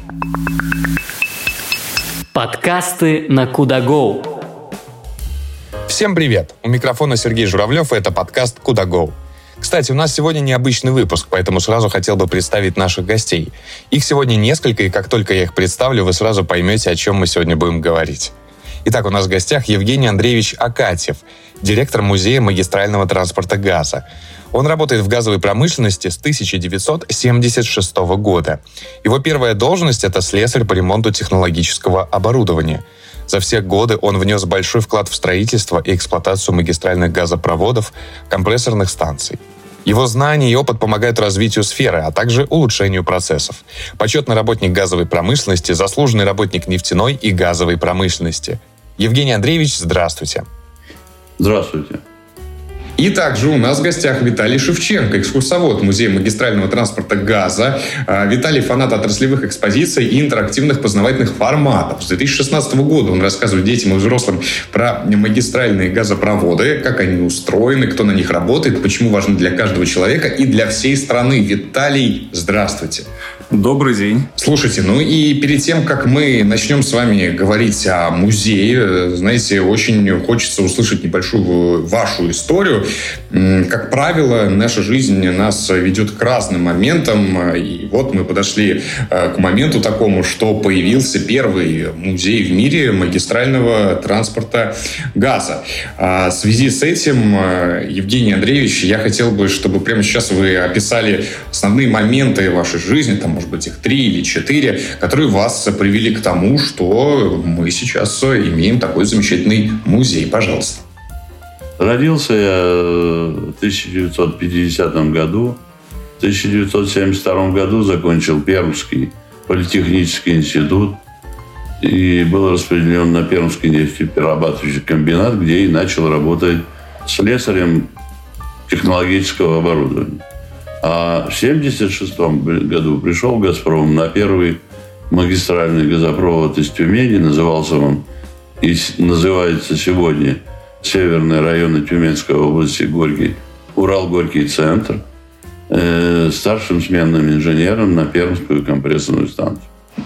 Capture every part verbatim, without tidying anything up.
Подкасты на Куда.Go. Всем привет! У микрофона Сергей Журавлев, и это подкаст Куда.Go. Кстати, у нас сегодня необычный выпуск, поэтому сразу хотел бы представить наших гостей. Их сегодня несколько, и как только я их представлю, вы сразу поймете, о чем мы сегодня будем говорить. Итак, у нас в гостях Евгений Андреевич Акатьев, директор Музея магистрального транспорта газа. Он работает в газовой промышленности с тысяча девятьсот семьдесят шестого года. Его первая должность – это слесарь по ремонту технологического оборудования. За все годы он внес большой вклад в строительство и эксплуатацию магистральных газопроводов, компрессорных станций. Его знания и опыт помогают развитию сферы, а также улучшению процессов. Почетный работник газовой промышленности, заслуженный работник нефтяной и газовой промышленности. Евгений Андреевич, здравствуйте. Здравствуйте. И также у нас в гостях Виталий Шевченко, экскурсовод Музея магистрального транспорта газа. Виталий – фанат отраслевых экспозиций и интерактивных познавательных форматов. С две тысячи шестнадцатого года он рассказывает детям и взрослым про магистральные газопроводы, как они устроены, кто на них работает, почему важны для каждого человека и для всей страны. Виталий, здравствуйте. Добрый день. Слушайте, ну и перед тем, как мы начнем с вами говорить о музее, знаете, очень хочется услышать небольшую вашу историю. Как правило, наша жизнь нас ведет к разным моментам. И вот мы подошли к моменту такому, что появился первый музей в мире магистрального транспорта газа. В связи с этим, Евгений Андреевич, я хотел бы, чтобы прямо сейчас вы описали основные моменты вашей жизни, там, может быть, их три или четыре, которые вас привели к тому, что мы сейчас имеем такой замечательный музей. Пожалуйста. Родился я в тысяча девятьсот пятидесятом году. В тысяча девятьсот семьдесят втором году закончил Пермский политехнический институт и был распределен на Пермский нефтеперерабатывающий комбинат, где и начал работать слесарем технологического оборудования. А в семьдесят шестом году пришел в «Газпром» на первый магистральный газопровод из Тюмени. Назывался он и называется сегодня Северные районы Тюменской области, Горький, Урал-Горький центр, э, старшим сменным инженером на Пермскую компрессорную станцию.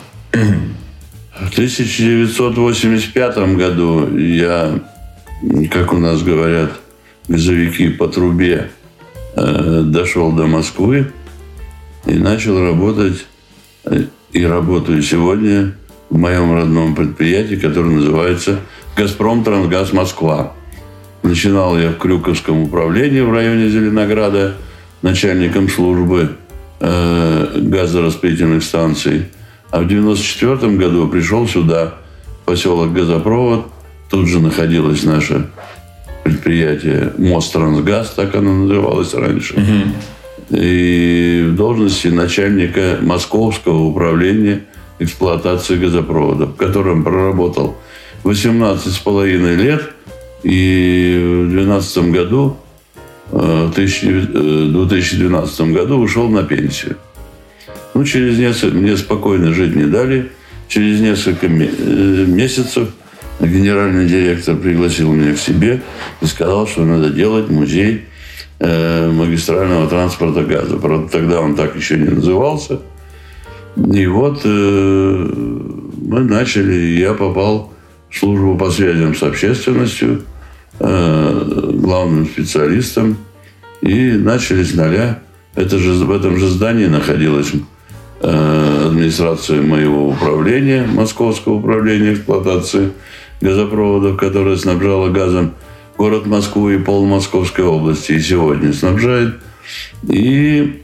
В тысяча девятьсот восемьдесят пятом году я, как у нас говорят газовики, по трубе э, дошел до Москвы и начал работать, э, и работаю сегодня в моем родном предприятии, которое называется «Газпром Трансгаз Москва». Начинал я в Крюковском управлении в районе Зеленограда начальником службы э, газораспределительных станций. А в девяносто четвёртом году пришел сюда, в поселок Газопровод. Тут же находилось наше предприятие «Мострансгаз», так оно называлось раньше. Угу. И в должности начальника Московского управления эксплуатации газопроводов, в котором проработал восемнадцать с половиной лет. И в две тысячи двенадцатом году, в две тысячи двенадцатом году ушел на пенсию. Ну, через несколько, мне спокойно жить не дали. Через несколько месяцев генеральный директор пригласил меня к себе и сказал, что надо делать музей магистрального транспорта газа. Правда, тогда он так еще не назывался. И вот мы начали, и я попал в службу по связям с общественностью, главным специалистом, и начали с нуля. Это же, в этом же здании находилась администрация моего управления, Московского управления эксплуатации газопроводов, которое снабжало газом город Москву и пол Московской области, и сегодня снабжает. И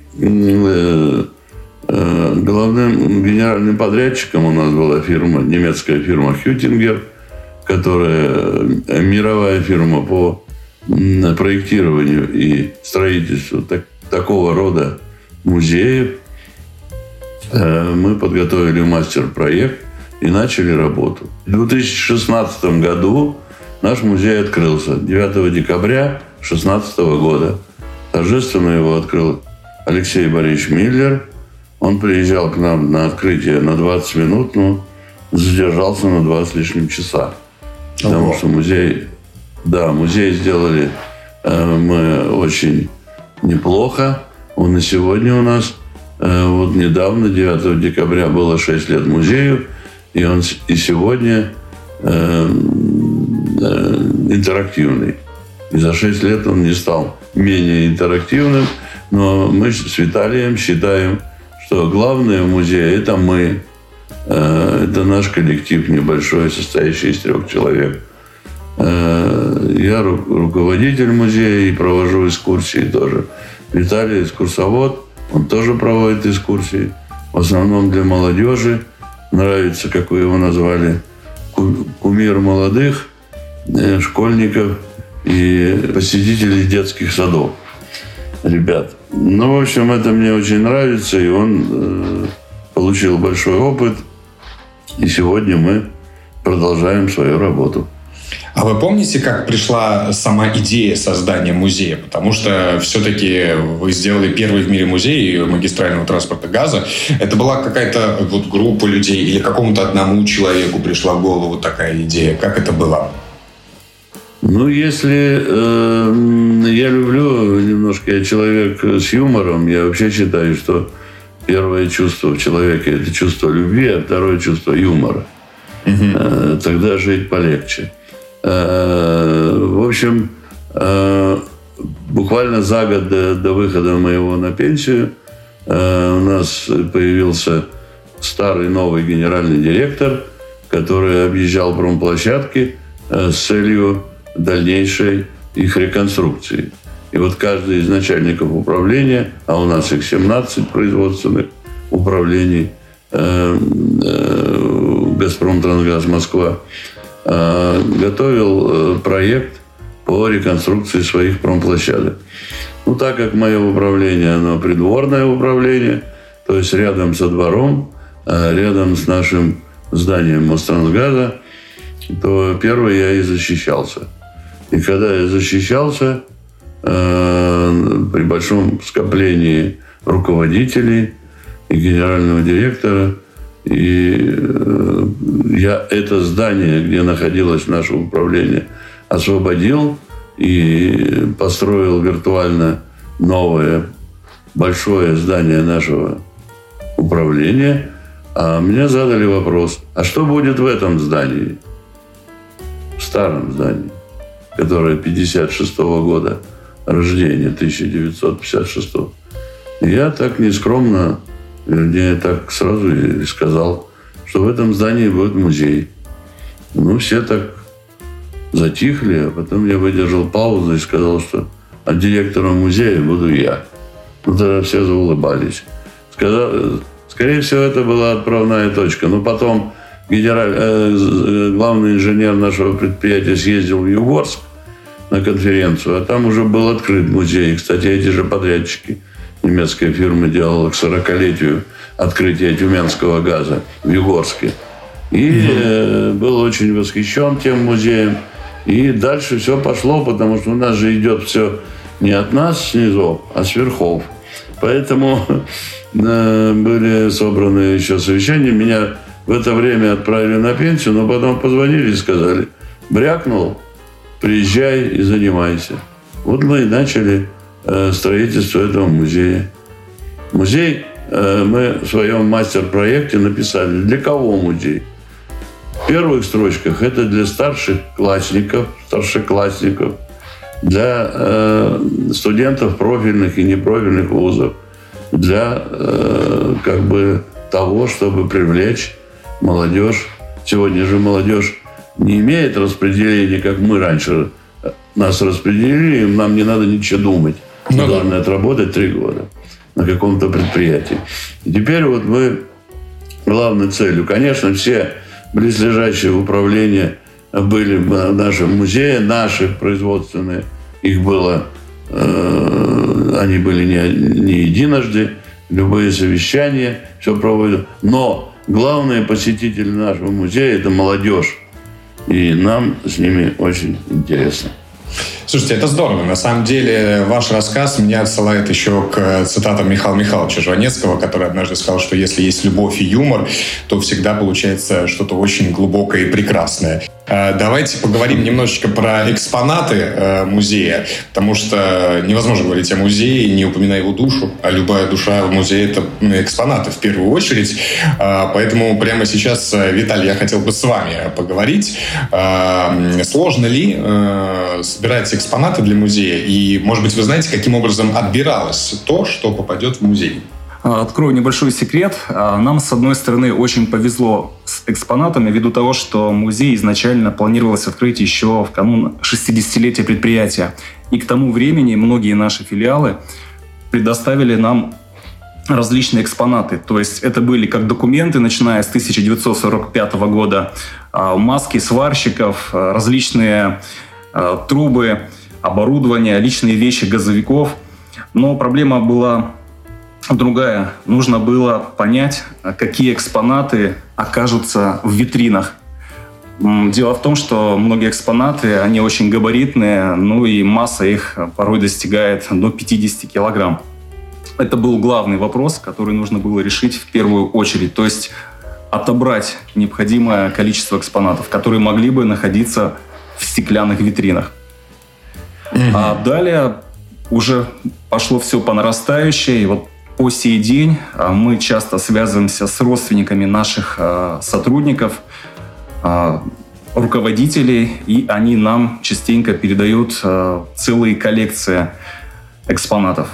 главным генеральным подрядчиком у нас была фирма, немецкая фирма «Хютингер», которая мировая фирма по проектированию и строительству так, такого рода музеев. Мы подготовили мастер-проект и начали работу. В две тысячи шестнадцатом году наш музей открылся. девятого декабря две тысячи шестнадцатого года. Торжественно его открыл Алексей Борисович Миллер. Он приезжал к нам на открытие на двадцать минут, но задержался на два с лишним часа. Потому что музей, да, музей сделали э, мы очень неплохо. Он и сегодня у нас Вот недавно, девятого декабря, было шесть лет музею, и он и сегодня э, э, интерактивный. И за шесть лет он не стал менее интерактивным, но мы с Виталием считаем, что главное в музее – это мы. Э, это наш коллектив небольшой, состоящий из трех человек. Э, я ру- руководитель музея и провожу экскурсии тоже. Виталий – экскурсовод. Он тоже проводит экскурсии, в основном для молодежи. Нравится, как вы его назвали, кумир молодых, школьников и посетителей детских садов. Ребят. Ну, в общем, это мне очень нравится, и он э, получил большой опыт. И сегодня мы продолжаем свою работу. А вы помните, как пришла сама идея создания музея? Потому что все-таки вы сделали первый в мире музей магистрального транспорта газа. Это была какая-то вот группа людей или какому-то одному человеку пришла в голову такая идея? Как это было? Ну, если э, я люблю немножко, я человек с юмором, я вообще считаю, что первое чувство в человеке – это чувство любви, а второе чувство юмора. Угу. Э, тогда жить полегче. В общем, буквально за год до, до выхода моего на пенсию у нас появился старый новый генеральный директор, который объезжал промплощадки с целью дальнейшей их реконструкции. И вот каждый из начальников управления, а у нас их семнадцать производственных управлений, «Газпромтрансгаз Москва», готовил проект по реконструкции своих промплощадок. Ну, так как мое управление, оно придворное управление, то есть рядом со двором, рядом с нашим зданием Мострансгаза, то первый я и защищался. И когда я защищался, при большом скоплении руководителей и генерального директора, и я это здание, где находилось наше управление, освободил и построил виртуально новое большое здание нашего управления. А мне задали вопрос, а что будет в этом здании? В старом здании, которое пятьдесят шестого года рождения, тысяча девятьсот пятьдесят шестого. И я так нескромно, вернее, так сразу и сказал, что в этом здании будет музей. Ну, все так затихли, а потом я выдержал паузу и сказал, что а директором музея буду я. Ну, тогда все заулыбались. Сказал, скорее всего, это была отправная точка. Но потом генераль, э, главный инженер нашего предприятия съездил в Югорск на конференцию, а там уже был открыт музей. Кстати, эти же подрядчики немецкая фирма делала к сорокалетию открытия Тюменского газа в Югорске. И э, был очень восхищен тем музеем. И дальше все пошло, потому что у нас же идет все не от нас снизу, а с верхов. Поэтому э, были собраны еще совещания. Меня в это время отправили на пенсию, но потом позвонили и сказали, брякнул, приезжай и занимайся. Вот мы и начали э, строительство этого музея. Музей э, мы в своем мастер-проекте написали, для кого музей. В первых строчках это для старших классников, старшеклассников, для э, студентов профильных и непрофильных вузов, для э, как бы того, чтобы привлечь молодежь. Сегодня же молодежь не имеет распределения, как мы раньше нас распределили, нам не надо ничего думать. Мы ну, должны да. отработать три года на каком-то предприятии. И теперь вот мы главной целью, конечно, все близлежащие управления были в нашем музее, наши производственные, их было, э, они были не, не единожды, любые совещания, все проводят. Но главные посетители нашего музея – это молодежь. И нам с ними очень интересно. Слушайте, это здорово. На самом деле, ваш рассказ меня отсылает еще к цитатам Михаила Михайловича Жванецкого, который однажды сказал, что если есть любовь и юмор, то всегда получается что-то очень глубокое и прекрасное. Давайте поговорим немножечко про экспонаты музея, потому что невозможно говорить о музее, не упоминая его душу, а любая душа в музее – это экспонаты в первую очередь. Поэтому прямо сейчас, Виталий, я хотел бы с вами поговорить. Сложно ли собирать экспонаты для музея? И, может быть, вы знаете, каким образом отбиралось то, что попадет в музей? Открою небольшой секрет. Нам, с одной стороны, очень повезло с экспонатами, ввиду того, что музей изначально планировалось открыть еще в канун шестидесятилетия предприятия. И к тому времени многие наши филиалы предоставили нам различные экспонаты. То есть это были как документы, начиная с тысяча девятьсот сорок пятого года, маски сварщиков, различные трубы, оборудование, личные вещи газовиков. Но проблема была другая. Нужно было понять, какие экспонаты окажутся в витринах. Дело в том, что многие экспонаты, они очень габаритные, ну и масса их порой достигает до пятидесяти килограмм. Это был главный вопрос, который нужно было решить в первую очередь. То есть отобрать необходимое количество экспонатов, которые могли бы находиться в стеклянных витринах. Mm-hmm. А далее уже пошло все по нарастающей. И вот по сей день мы часто связываемся с родственниками наших сотрудников, руководителей, и они нам частенько передают целые коллекции экспонатов.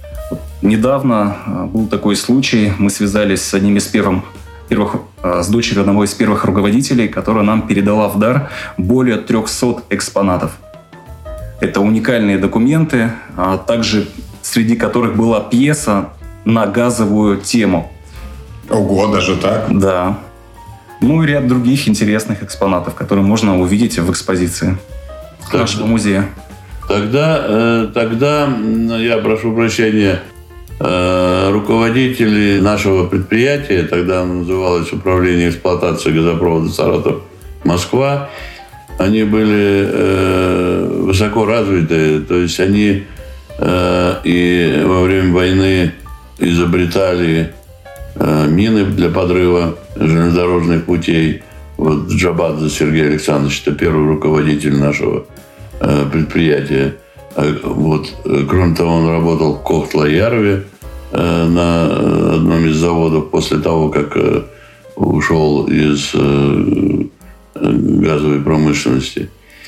Недавно был такой случай, мы связались с одним из первых, первых, с дочерью одного из первых руководителей, которая нам передала в дар более трехсот экспонатов. Это уникальные документы, а также среди которых была пьеса на газовую тему. Ого, даже так? Да. Ну и ряд других интересных экспонатов, которые можно увидеть в экспозиции так, нашего музея. Тогда, э, тогда я прошу прощения, э, руководители нашего предприятия, тогда оно называлось Управление эксплуатации газопровода Саратов-Москва, они были э, высоко развитые, то есть они э, и во время войны изобретали э, мины для подрыва железнодорожных путей. Вот Джабадзе Сергей Александрович, это первый руководитель нашего э, предприятия. Вот, кроме того, он работал в Кохтла-Ярове э, на одном из заводов после того, как э, ушел из э, газовой промышленности.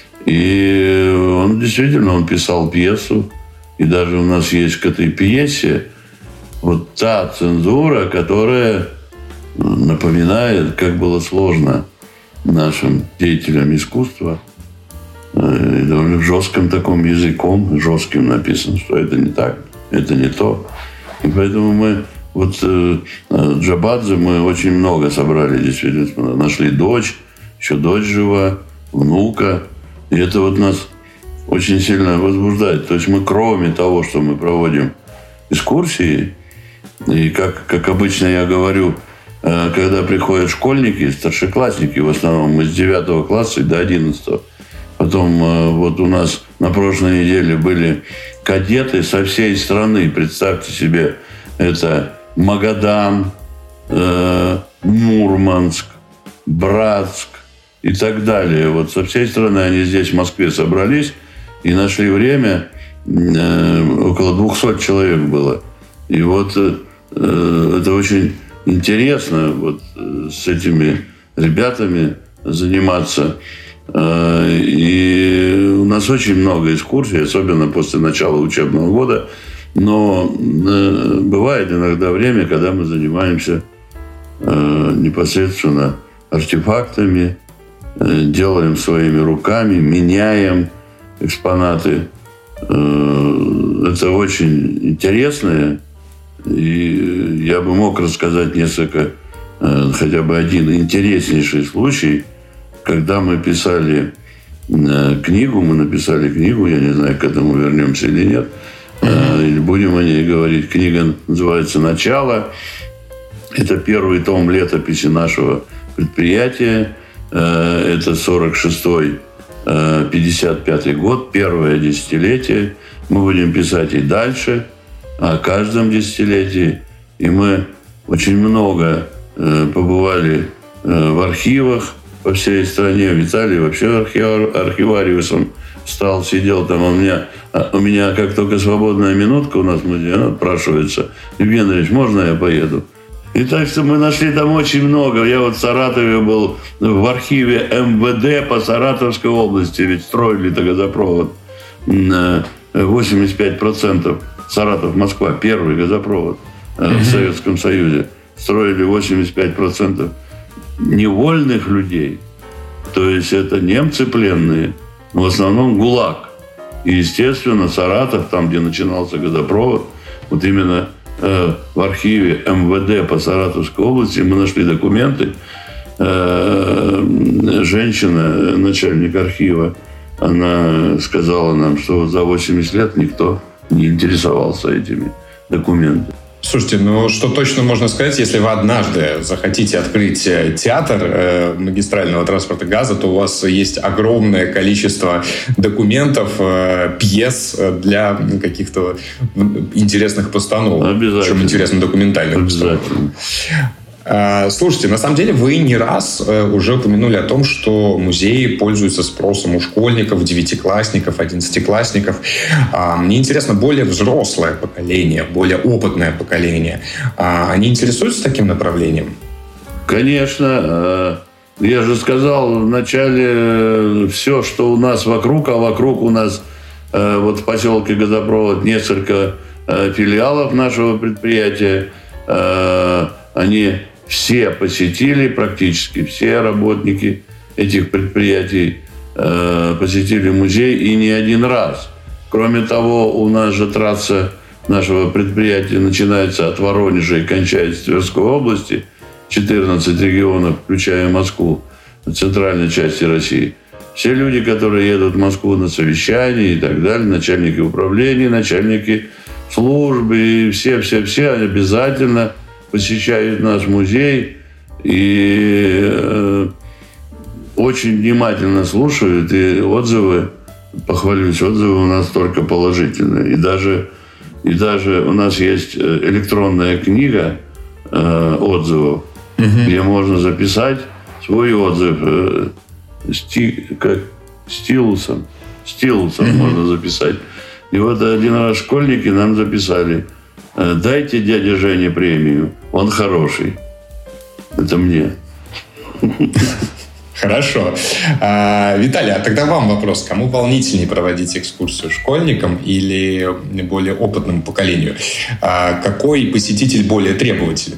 И он действительно он писал пьесу. И даже у нас есть к этой пьесе вот та цензура, которая напоминает, как было сложно нашим деятелям искусства. И довольно жестким таким языком, жестким написано, что это не так, это не то. И поэтому мы, вот Джабадзе мы очень много собрали, действительно. Нашли дочь, еще дочь жива, внука. И это вот нас очень сильно возбуждает. То есть мы, кроме того, что мы проводим экскурсии, и как, как обычно я говорю, когда приходят школьники, старшеклассники, в основном мы с девятого класса до одиннадцатого. Потом вот у нас на прошлой неделе были кадеты со всей страны. Представьте себе, это Магадан, э, Мурманск, Братск и так далее. Вот со всей страны они здесь, в Москве, собрались и нашли время. Э, около двухсот человек было. И вот э, это очень интересно вот, э, с этими ребятами заниматься. Э, и у нас очень много экскурсий, особенно после начала учебного года. Но э, бывает иногда время, когда мы занимаемся э, непосредственно артефактами, э, делаем своими руками, меняем экспонаты. Э, это очень интересное. И я бы мог рассказать несколько, э, хотя бы один интереснейший случай, когда мы писали э, книгу, мы написали книгу, я не знаю, к этому вернемся или нет, э, или будем о ней говорить. Книга называется «Начало». Это первый том летописи нашего предприятия. Э, это сорок шестой пятьдесят пятый год, первое десятилетие. Мы будем писать и дальше, о каждом десятилетии. И мы очень много побывали в архивах по всей стране. Виталий вообще архив, архивариусом стал, сидел там. У меня, у меня как только свободная минутка у нас в музее, она отпрашивается. Евгений Андреевич, можно я поеду? И так что мы нашли там очень много. Я вот в Саратове был в архиве эм вэ дэ по Саратовской области. Ведь строили газопровод. восемьдесят пять процентов Саратов, Москва, первый газопровод mm-hmm. в Советском Союзе. Строили восемьдесят пять процентов невольных людей. То есть это немцы пленные. Но в основном ГУЛАГ. И, естественно, Саратов, там, где начинался газопровод, вот именно в архиве эм вэ дэ по Саратовской области мы нашли документы. Женщина, начальник архива, она сказала нам, что за восемьдесят лет никто не интересовался этими документами. Слушайте, ну что точно можно сказать, если вы однажды захотите открыть театр э, магистрального транспорта газа, то у вас есть огромное количество документов, э, пьес для каких-то интересных постановок. Обязательно. Причем интересно документальных. Обязательно. Слушайте, на самом деле вы не раз уже упомянули о том, что музеи пользуются спросом у школьников, девятиклассников, одиннадцатиклассников. Мне интересно, более взрослое поколение, более опытное поколение, они интересуются таким направлением? Конечно. Я же сказал вначале, все, что у нас вокруг, а вокруг у нас вот в поселке Газопровод несколько филиалов нашего предприятия. Они все посетили, практически все работники этих предприятий э, посетили музей, и не один раз. Кроме того, у нас же трасса нашего предприятия начинается от Воронежа и кончается в Тверской области, четырнадцать регионов, включая Москву, в центральной части России. Все люди, которые едут в Москву на совещания и так далее, начальники управления, начальники службы, и все-все-все обязательно посещают наш музей и э, очень внимательно слушают, и отзывы, похвалюсь, отзывы у нас только положительные. И даже, и даже у нас есть электронная книга э, отзывов, mm-hmm. где можно записать свой отзыв э, сти, как стилусом. Стилусом mm-hmm. можно записать. И вот один раз школьники нам записали: дайте дяде Жене премию, он хороший. Это мне. Хорошо. А, Виталий, а тогда вам вопрос. Кому волнительнее проводить экскурсию, школьникам или более опытному поколению? А какой посетитель более требователен?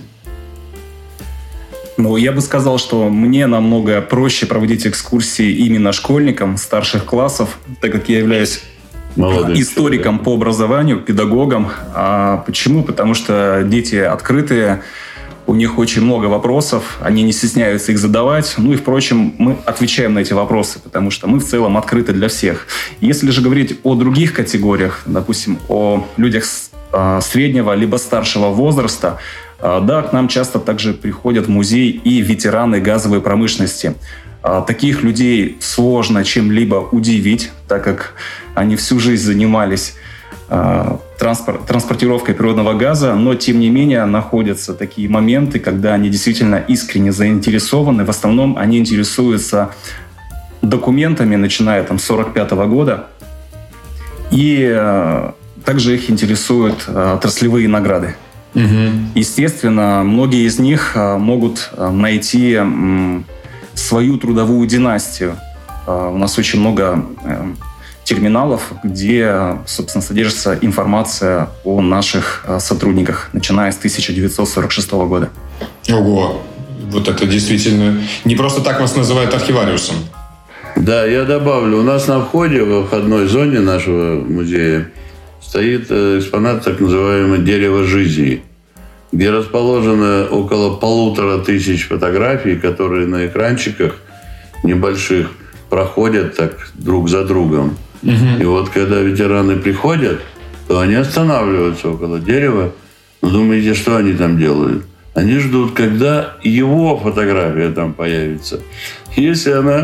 Ну, я бы сказал, что мне намного проще проводить экскурсии именно школьникам старших классов, так как я являюсь Молодец, историком да. по образованию, педагогом. А почему? Потому что дети открытые, у них очень много вопросов, они не стесняются их задавать. Ну и, впрочем, мы отвечаем на эти вопросы, потому что мы в целом открыты для всех. Если же говорить о других категориях, допустим, о людях среднего либо старшего возраста, да, к нам часто также приходят в музей и ветераны газовой промышленности. Таких людей сложно чем-либо удивить, так как они всю жизнь занимались э, транспорт, транспортировкой природного газа, но тем не менее находятся такие моменты, когда они действительно искренне заинтересованы. В основном они интересуются документами, начиная там, с сорок пятого года, и э, также их интересуют э, отраслевые награды. Угу. Естественно, многие из них э, могут найти э, свою трудовую династию. У нас очень много терминалов, где, собственно, содержится информация о наших сотрудниках, начиная с тысяча девятьсот сорок шестого года. Ого! Вот это действительно... Не просто так вас называют архивариусом. Да, я добавлю. У нас на входе, во входной зоне нашего музея, стоит экспонат, так называемое «Дерево жизни», где расположено около полутора тысяч фотографий, которые на экранчиках небольших проходят так друг за другом. Угу. И вот когда ветераны приходят, то они останавливаются около дерева. Но думаете, что они там делают? Они ждут, когда его фотография там появится. Если она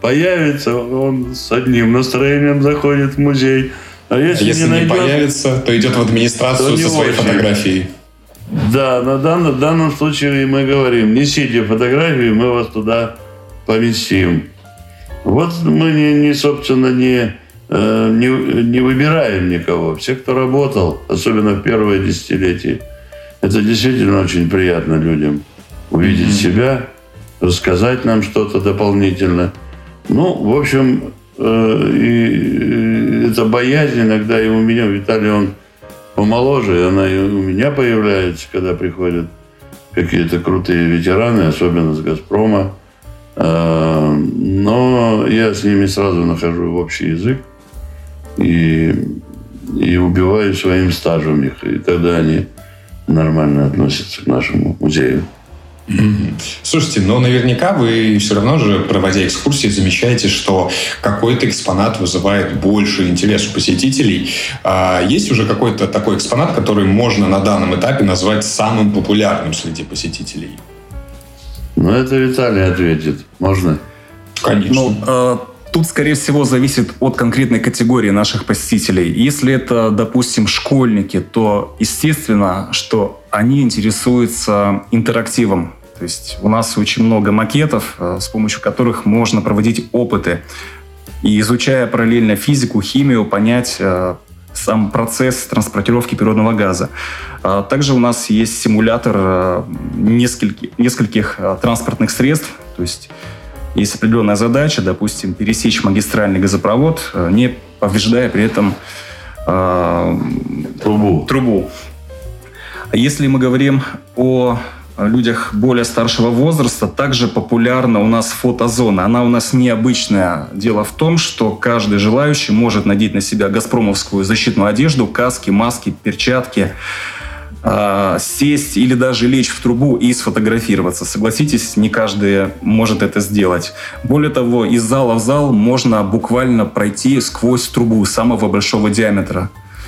появится, он с одним настроением заходит в музей. А если, а если не, не найдет, появится, то идет в администрацию со своей очень. фотографией. Да, на данном, в данном случае мы говорим, несите фотографию, мы вас туда поместим. Вот мы, не, не собственно, не, не, не выбираем никого. Все, кто работал, особенно в первое десятилетие, это действительно очень приятно людям увидеть mm-hmm. себя, рассказать нам что-то дополнительно. Ну, в общем, э, и, и, это боязнь иногда и у меня, Виталий, он помоложе, она и у меня появляется, когда приходят какие-то крутые ветераны, особенно с «Газпрома». Э, но я с ними сразу нахожу общий язык и, и убиваю своим стажем их, и тогда они нормально относятся к нашему музею. Слушайте, но наверняка вы все равно же, проводя экскурсии, замечаете, что какой-то экспонат вызывает больше интерес у посетителей. А есть уже какой-то такой экспонат, который можно на данном этапе назвать самым популярным среди посетителей? Ну, это Виталий ответит. Можно? Конечно. Ну, э, тут, скорее всего, зависит от конкретной категории наших посетителей. Если это, допустим, школьники, то естественно, что они интересуются интерактивом. То есть у нас очень много макетов, с помощью которых можно проводить опыты. И изучая параллельно физику, химию, понять сам процесс транспортировки природного газа. Также у нас есть симулятор нескольких, нескольких транспортных средств. То есть есть определенная задача, допустим, пересечь магистральный газопровод, не повреждая при этом э, трубу. трубу. Если мы говорим о людях более старшего возраста, также популярна у нас фотозона. Она у нас необычная. Дело в том, что каждый желающий может надеть на себя газпромовскую защитную одежду, каски, маски, перчатки, э, сесть или даже лечь в трубу и сфотографироваться. Согласитесь, не каждый может это сделать. Более того, из зала в зал можно буквально пройти сквозь трубу самого большого диаметра.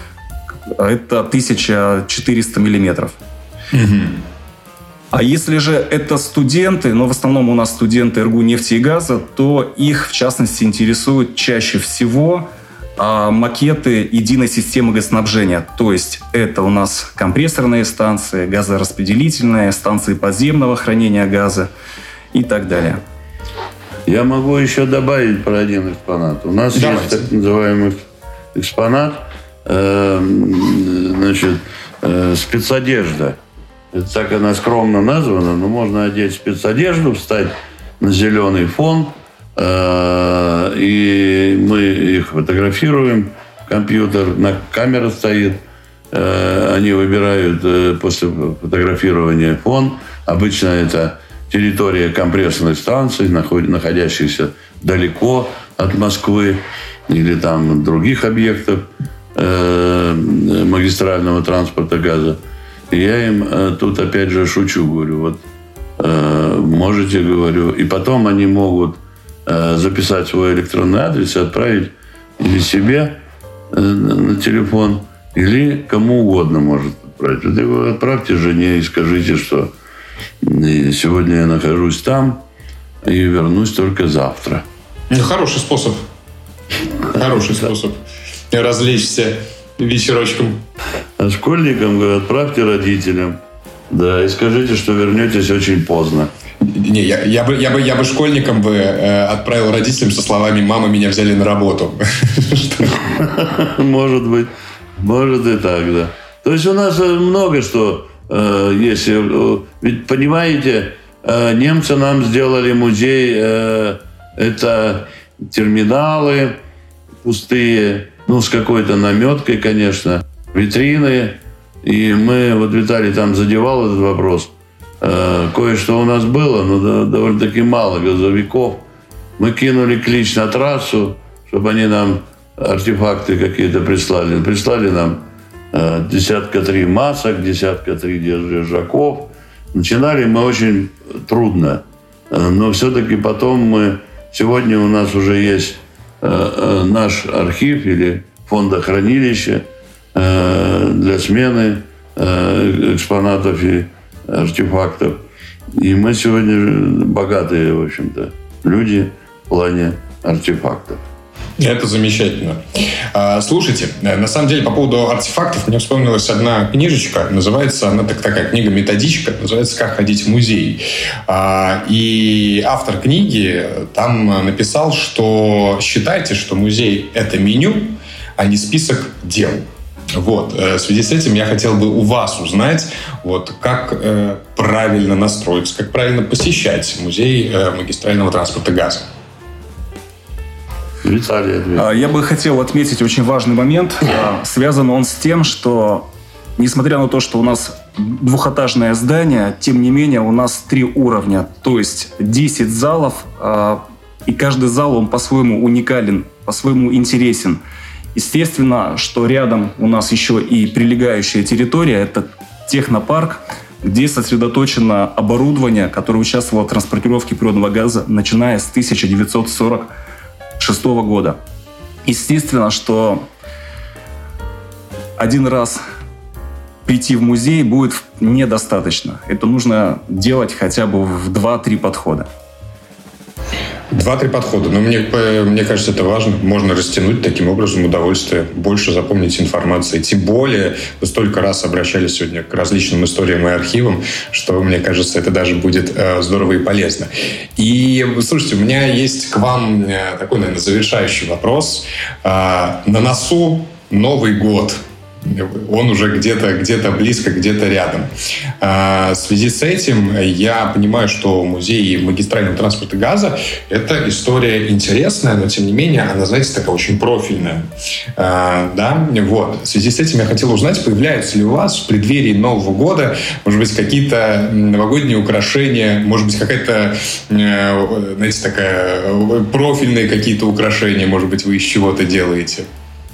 Это тысяча четыреста миллиметров. Mm-hmm. А если же это студенты, но в основном у нас студенты эр гэ у нефти и газа, то их, в частности, интересуют чаще всего а, макеты единой системы газоснабжения. То есть это у нас компрессорные станции, газораспределительные, станции подземного хранения газа и так далее. Я могу еще добавить про один экспонат. У нас Давайте. есть так называемый экспонат, э, значит, э, спецодежда. Это так она скромно названа, но можно одеть спецодежду, встать на зеленый фон, э, и мы их фотографируем. Компьютер, на камера стоит, э, они выбирают э, после фотографирования фон. Обычно это территория компрессорных станций, находящихся далеко от Москвы или там других объектов э, магистрального транспорта газа. Я им э, тут опять же шучу, говорю, вот э, можете, говорю, и потом они могут э, записать свой электронный адрес и отправить или себе э, на телефон, или кому угодно может отправить. Вот я говорю, отправьте жене и скажите, что сегодня я нахожусь там и вернусь только завтра. Ну, хороший способ. Хороший способ развлечься вечерочком. А школьникам, говорю, отправьте родителям. Да, и скажите, что вернетесь очень поздно. Не, я, я, бы, я, бы, я бы школьникам бы э, отправил родителям со словами «мама, меня взяли на работу». Может быть. Может и так, да. То есть у нас много что э, есть. Ведь, понимаете, э, немцы нам сделали музей. Э, это терминалы пустые, ну, с какой-то наметкой, конечно, витрины. И мы, вот Виталий там задевал этот вопрос. Э, кое-что у нас было, но довольно-таки мало газовиков. Мы кинули клич на трассу, чтобы они нам артефакты какие-то прислали. Прислали нам э, десятка три масок, десятка три держаков. Начинали мы очень трудно. Э, но все-таки потом мы... Сегодня у нас уже есть э, э, наш архив или фондохранилище э, для смены э, экспонатов и артефактов. И мы сегодня богатые, в общем-то, люди. в плане артефактов. Это замечательно. Слушайте, на самом деле, по поводу артефактов мне вспомнилась одна книжечка. Называется, она так, такая книга-методичка, называется «Как ходить в музей». И автор книги там написал, что считайте, что музей – это меню, а не список дел. Вот. В связи с этим я хотел бы у вас узнать, вот, как э, правильно настроиться, как правильно посещать музей э, магистрального транспорта газа. Виталий. Я бы хотел отметить очень важный момент. Связан он с тем, что, несмотря на то, что у нас двухэтажное здание, тем не менее у нас три уровня, то есть десять залов, и каждый зал, он по-своему уникален, по-своему интересен. Естественно, что рядом у нас еще и прилегающая территория, это технопарк, где сосредоточено оборудование, которое участвовало в транспортировке природного газа, начиная с тысяча девятьсот сорок шестого года. Естественно, что один раз прийти в музей будет недостаточно. Это нужно делать хотя бы в два-три подхода. Два-три подхода. Но мне, мне кажется, это важно. Можно растянуть таким образом удовольствие, больше запомнить информации. Тем более, вы столько раз обращались сегодня к различным историям и архивам, что, мне кажется, это даже будет э, здорово и полезно. И, слушайте, у меня есть к вам э, такой, наверное, завершающий вопрос. Э, на носу Новый год. Он уже где-то, где-то близко, где-то рядом. В связи с этим я понимаю, что музей магистрального транспорта газа – это история интересная, но, тем не менее, она, знаете, такая очень профильная. Да? Вот. В связи с этим я хотел узнать, появляются ли у вас в преддверии Нового года, может быть, какие-то новогодние украшения, может быть, какая-то, знаете, такая профильные какие-то украшения, может быть, вы из чего-то делаете?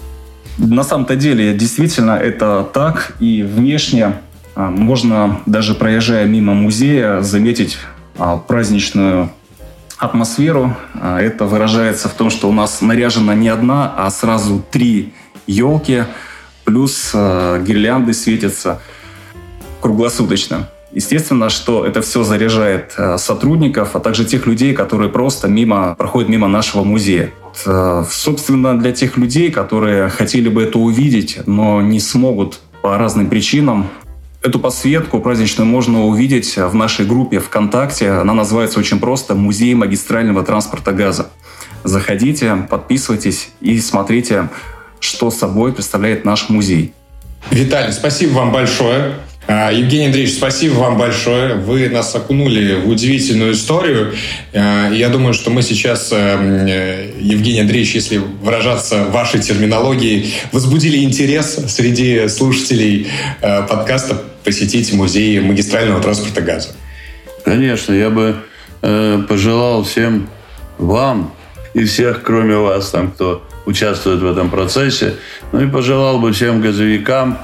На самом-то деле, действительно, это так. И внешне можно, даже проезжая мимо музея, заметить праздничную атмосферу. Это выражается в том, что у нас наряжена не одна, а сразу три елки, плюс гирлянды светятся круглосуточно. Естественно, что это все заряжает сотрудников, а также тех людей, которые просто мимо, проходят мимо нашего музея. Собственно, для тех людей, которые хотели бы это увидеть, но не смогут по разным причинам, эту подсветку праздничную можно увидеть в нашей группе ВКонтакте. Она называется очень просто «Музей магистрального транспорта газа». Заходите, подписывайтесь и смотрите, что собой представляет наш музей. Виталий, спасибо вам большое. Евгений Андреевич, спасибо вам большое. Вы нас окунули в удивительную историю. Я думаю, что мы сейчас, Евгений Андреевич, если выражаться вашей терминологией, возбудили интерес среди слушателей подкаста посетить музей магистрального транспорта газа. Конечно, я бы э, пожелал всем вам и всех, кроме вас, там, кто участвует в этом процессе, ну и пожелал бы всем газовикам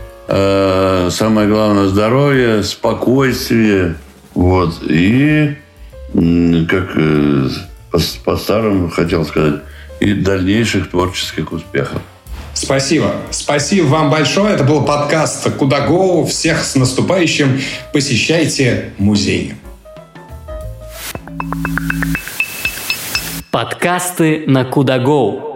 самое главное — здоровье, спокойствие, вот, и, как по-старому хотел сказать, и дальнейших творческих успехов. Спасибо. Спасибо вам большое. Это был подкаст «Куда Гоу». Всех с наступающим. Посещайте музей. Подкасты на Куда Гоу.